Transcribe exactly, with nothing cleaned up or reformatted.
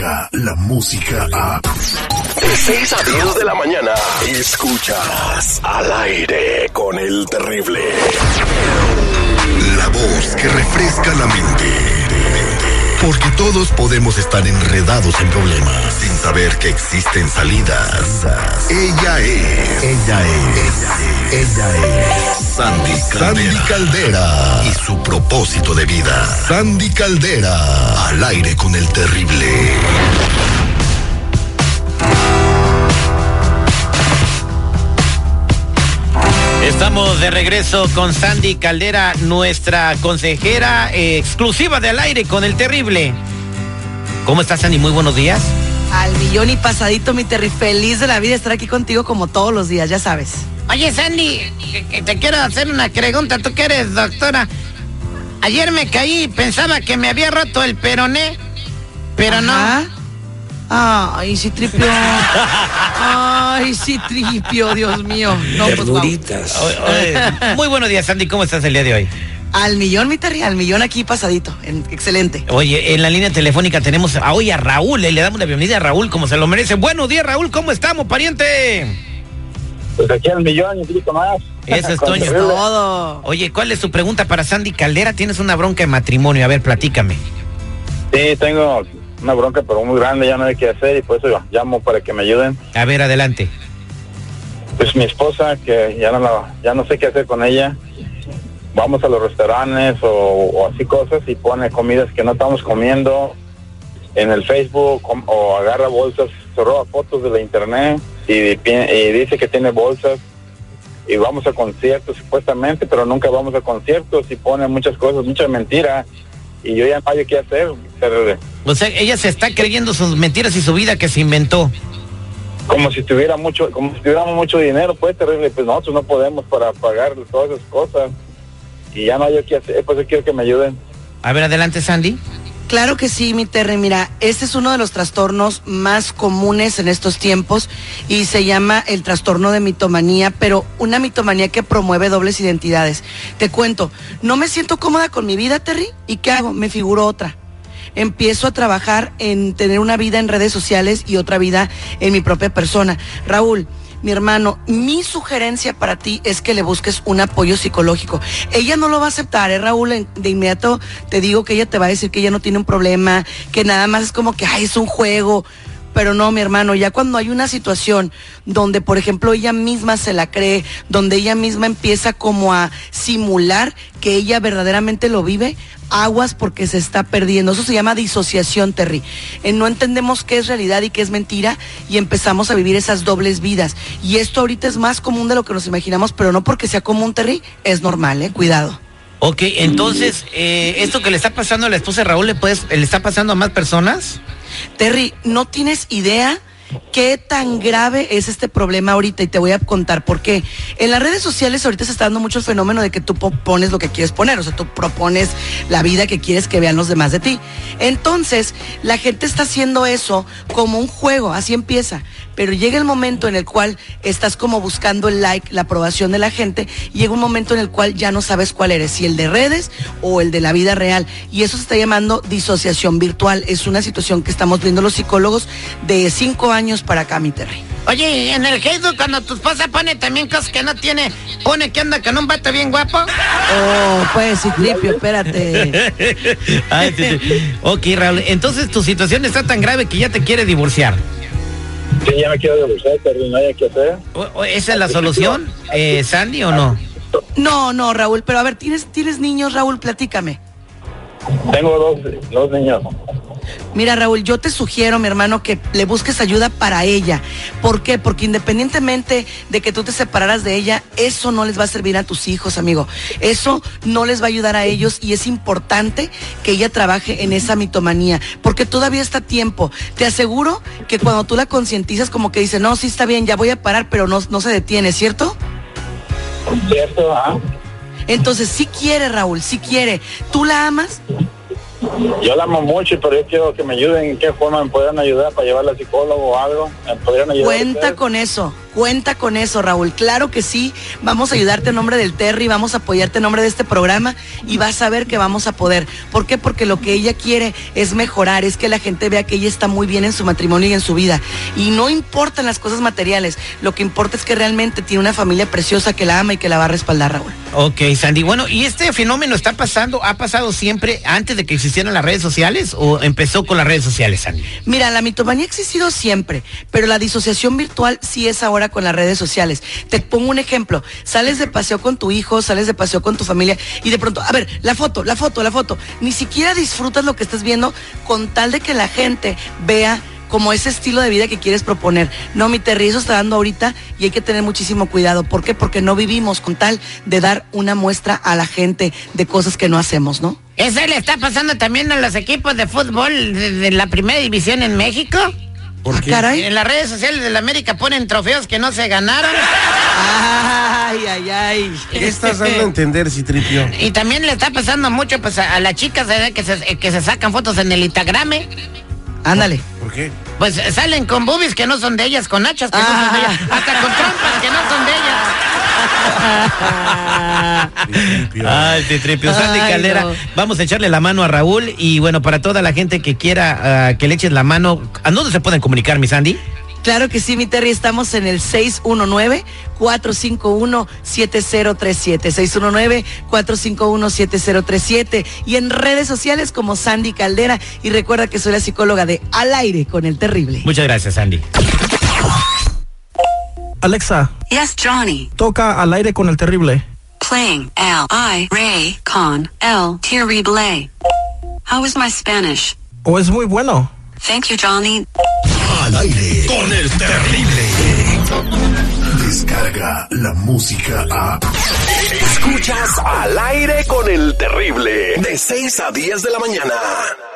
llega la música a... De seis a diez de la mañana, escuchas Al Aire con el Terrible. La voz que refresca la mente. Porque todos podemos estar enredados en problemas sin saber que existen salidas. Ella es. Ella es. Ella es. Sandy Caldera. Sandy Caldera. Y su propósito de vida. Sandy Caldera. Al Aire con el Terrible. Estamos de regreso con Sandy Caldera, nuestra consejera eh, exclusiva de Al Aire con el Terrible. ¿Cómo estás, Sandy? Muy buenos días. Al millón y pasadito, mi Terry. Feliz de la vida estar aquí contigo como todos los días, ya sabes. Oye, Sandy, te quiero hacer una pregunta. Tú que eres doctora. Ayer me caí y pensaba que me había roto el peroné, pero Ajá. no. Ay, sí tripio. Ay, sí tripio, Dios mío. No, pues, wow. Muy buenos días, Sandy. ¿Cómo estás el día de hoy? Al millón, mi Terry, al millón aquí pasadito. En, excelente. Oye, en la línea telefónica tenemos a, hoy a Raúl. Le damos la bienvenida a Raúl como se lo merece. Buenos días, Raúl. ¿Cómo estamos, pariente? Pues aquí al millón y un poquito más. Eso es, Toño. Todo. Oye, ¿cuál es tu pregunta para Sandy Caldera? Tienes una bronca de matrimonio. A ver, platícame. Sí, tengo una bronca, pero muy grande, ya no hay qué hacer y por eso llamo para que me ayuden. A ver, adelante. Pues mi esposa, que ya no, la, ya no sé qué hacer con ella. Vamos a los restaurantes o, o así cosas y pone comidas que no estamos comiendo en el Facebook o, o agarra bolsas, se roba fotos de la internet y, y dice que tiene bolsas y vamos a conciertos supuestamente, pero nunca vamos a conciertos y pone muchas cosas, mucha mentira y yo ya no hay qué hacer. O sea, ella se está creyendo sus mentiras y su vida que se inventó. Como si tuviera mucho, como si tuviéramos mucho dinero, pues terrible, pues nosotros no podemos para pagar todas esas cosas. Y ya no hay qué hacer, pues yo quiero que me ayuden. A ver, adelante, Sandy. Claro que sí, mi Terry. Mira, este es uno de los trastornos más comunes en estos tiempos y se llama el trastorno de mitomanía, pero una mitomanía que promueve dobles identidades. Te cuento, no me siento cómoda con mi vida, Terry, ¿y qué hago? Me figuro otra. Empiezo a trabajar en tener una vida en redes sociales y otra vida en mi propia persona. Raúl, mi hermano, mi sugerencia para ti es que le busques un apoyo psicológico. Ella no lo va a aceptar, ¿eh, Raúl? De inmediato te digo que ella te va a decir que ella no tiene un problema, que nada más es como que, ay, es un juego. Pero no, mi hermano, ya cuando hay una situación donde, por ejemplo, ella misma se la cree, donde ella misma empieza como a simular que ella verdaderamente lo vive, aguas porque se está perdiendo. Eso se llama disociación, Terry. Eh, no entendemos qué es realidad y qué es mentira y empezamos a vivir esas dobles vidas. Y esto ahorita es más común de lo que nos imaginamos, pero no porque sea común, Terry, es normal, ¿eh? Cuidado. Ok, entonces, eh, esto que le está pasando a la esposa de Raúl, ¿le, puedes, ¿le está pasando a más personas? Terry, no tienes idea qué tan grave es este problema ahorita y te voy a contar por qué. En las redes sociales ahorita se está dando mucho el fenómeno de que tú pones lo que quieres poner, o sea, tú propones la vida que quieres que vean los demás de ti. Entonces, la gente está haciendo eso como un juego, así empieza. Pero llega el momento en el cual estás como buscando el like, la aprobación de la gente, y llega un momento en el cual ya no sabes cuál eres, si el de redes o el de la vida real. Y eso se está llamando disociación virtual. Es una situación que estamos viendo los psicólogos de cinco años para acá, mi Terry. Oye, en el Facebook cuando tu esposa pone también cosas que no tiene, pone que anda con un vato bien guapo. Oh, pues sí, Tripio, espérate. Ay, sí, sí. Ok, Raúl, entonces tu situación está tan grave que ya te quiere divorciar. Sí, ya me quiero divorciar, pero no hay que hacer. ¿Esa es la solución, eh, Sandy, o no? No, no, Raúl, pero a ver, ¿tienes, ¿tienes niños, Raúl? Platícame. Tengo dos, dos niños. Mira, Raúl, yo te sugiero, mi hermano, que le busques ayuda para ella. ¿Por qué? Porque independientemente de que tú te separaras de ella, eso no les va a servir a tus hijos, amigo. Eso no les va a ayudar a ellos y es importante que ella trabaje en esa mitomanía, porque todavía está a tiempo. Te aseguro que cuando tú la concientizas, como que dice, no, sí está bien, ya voy a parar, pero no, no se detiene, ¿cierto? Cierto, ah. Entonces, sí quiere, Raúl, sí quiere. ¿Tú la amas? Yo la amo mucho, pero yo quiero que me ayuden. ¿En qué forma me podrían ayudar para llevarla al psicólogo o algo? ¿Me podrían ayudar? Cuenta con eso, Cuenta con eso, Raúl. Claro que sí, vamos a ayudarte en nombre del Terry, vamos a apoyarte en nombre de este programa y vas a ver que vamos a poder. ¿Por qué? Porque lo que ella quiere es mejorar, es que la gente vea que ella está muy bien en su matrimonio y en su vida. Y no importan las cosas materiales, lo que importa es que realmente tiene una familia preciosa que la ama y que la va a respaldar, Raúl. Ok, Sandy. Bueno, ¿y este fenómeno está pasando, ha pasado siempre antes de que existieran las redes sociales o empezó con las redes sociales, Sandy? Mira, la mitomanía ha existido siempre, pero la disociación virtual sí es ahora con las redes sociales. Te pongo un ejemplo, sales de paseo con tu hijo, sales de paseo con tu familia y de pronto, a ver, la foto, la foto, la foto, ni siquiera disfrutas lo que estás viendo con tal de que la gente vea como ese estilo de vida que quieres proponer. No, mi Terry, eso está dando ahorita y hay que tener muchísimo cuidado. ¿Por qué? Porque no vivimos con tal de dar una muestra a la gente de cosas que no hacemos, ¿no? ¿Eso le está pasando también a los equipos de fútbol de, de la primera división en México? ¿Por qué? Caray. En las redes sociales de la América ponen trofeos que no se ganaron. Ay, ay, ay. ¿Qué estás dando a entender, Citripio? Y también le está pasando mucho pues a, a las chicas ¿eh? que, se, que se sacan fotos en el Instagrame. Ándale. ¿Por qué? Pues salen con boobies que no son de ellas, con hachas que ah. no son de ellas, hasta con trompas que no son de ellas. Ay, Citripio. Sandy Caldera, no. Vamos a echarle la mano a Raúl y bueno, para toda la gente que quiera uh, que le eches la mano, ¿a dónde se pueden comunicar, mi Sandy? Claro que sí, mi Terry, estamos en el seis uno nueve, cuatro cinco uno, siete cero tres siete, seis uno nueve, cuatro cinco uno, siete cero tres siete y en redes sociales como Sandy Caldera y recuerda que soy la psicóloga de Al Aire con el Terrible. Muchas gracias, Sandy. Alexa. Yes, Johnny. Toca Al Aire con el Terrible. Playing Al Aire con el Terrible. How is my Spanish? Oh, es muy bueno. Thank you, Johnny. Al Aire con el Terrible. Descarga la música a... Escuchas Al Aire con el Terrible de seis a diez de la mañana.